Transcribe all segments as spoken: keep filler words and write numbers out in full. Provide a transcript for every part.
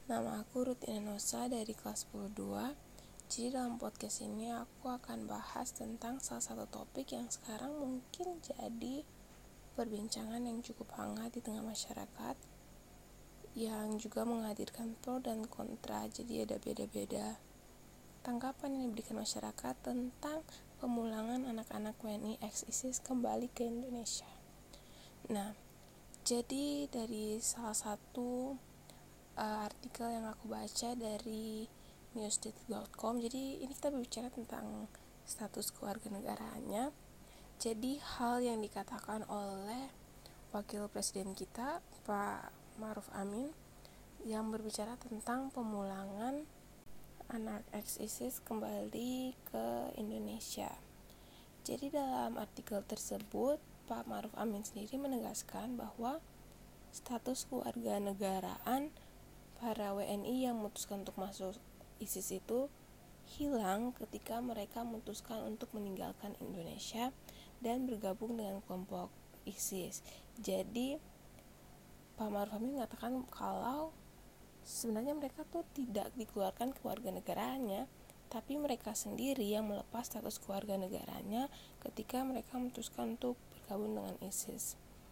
Nama aku Rutina Nosa dari kelas sepuluh dua. Jadi dalam podcast ini aku akan bahas tentang salah satu topik yang sekarang mungkin jadi perbincangan yang cukup hangat di tengah masyarakat, yang juga menghadirkan pro dan kontra, jadi ada beda-beda tanggapan yang diberikan masyarakat tentang pemulangan anak-anak W N I ex-ISIS kembali ke Indonesia. Nah, jadi dari salah satu uh, artikel yang aku baca dari newsdetik dot com, jadi ini kita berbicara tentang status kewarganegaraannya. Jadi hal yang dikatakan oleh Wakil Presiden kita, Pak Ma'ruf Amin, yang berbicara tentang pemulangan anak ex-ISIS kembali ke Indonesia. Jadi dalam artikel tersebut, Pak Ma'ruf Amin sendiri menegaskan bahwa status kewarganegaraan para W N I yang memutuskan untuk masuk ISIS itu hilang ketika mereka memutuskan untuk meninggalkan Indonesia dan bergabung dengan kelompok ISIS. Jadi Pak Ma'ruf Amin mengatakan kalau sebenarnya mereka tuh tidak dikeluarkan kewarganegaraannya, tapi mereka sendiri yang melepas status kewarganegaraannya ketika mereka memutuskan untuk bergabung dengan ISIS.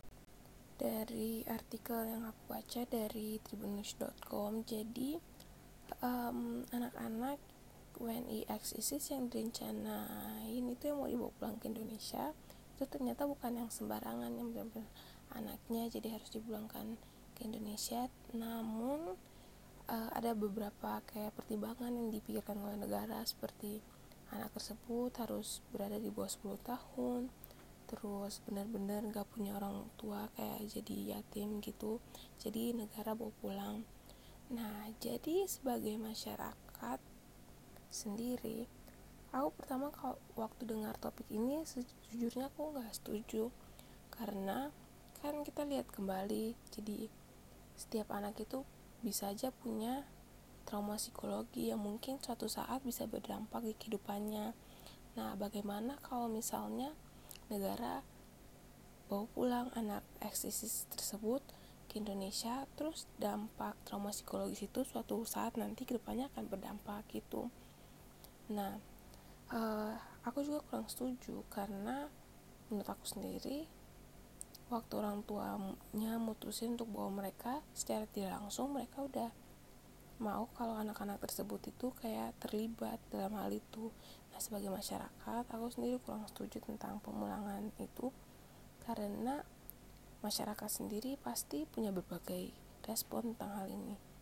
Dari artikel yang aku baca dari tribunnews dot com, jadi um, anak-anak W N I ex-ISIS yang direncanain itu yang mau dibawa pulang ke Indonesia itu ternyata bukan yang sembarangan, yang benar-benar anaknya jadi harus dipulangkan ke Indonesia. Namun uh, ada beberapa kayak pertimbangan yang dipikirkan oleh negara, seperti anak tersebut harus berada di bawah sepuluh tahun, terus benar-benar gak punya orang tua, kayak jadi yatim gitu, jadi negara bawa pulang. Nah, jadi sebagai masyarakat sendiri, aku pertama kalau waktu dengar topik ini sejujurnya aku gak setuju, karena kan kita lihat kembali, jadi setiap anak itu bisa aja punya trauma psikologi yang mungkin suatu saat bisa berdampak di kehidupannya. Nah, bagaimana kalau misalnya negara bawa pulang anak ex-ISIS tersebut ke Indonesia, terus dampak trauma psikologis itu suatu saat nanti kedepannya akan berdampak gitu. Nah, uh, aku juga kurang setuju, karena menurut aku sendiri waktu orang tuanya mutusin untuk bawa mereka, secara tidak langsung mereka udah mau kalau anak-anak tersebut itu kayak terlibat dalam hal itu. Nah, sebagai masyarakat aku sendiri kurang setuju tentang pemulangan itu, karena masyarakat sendiri pasti punya berbagai respon tentang hal ini.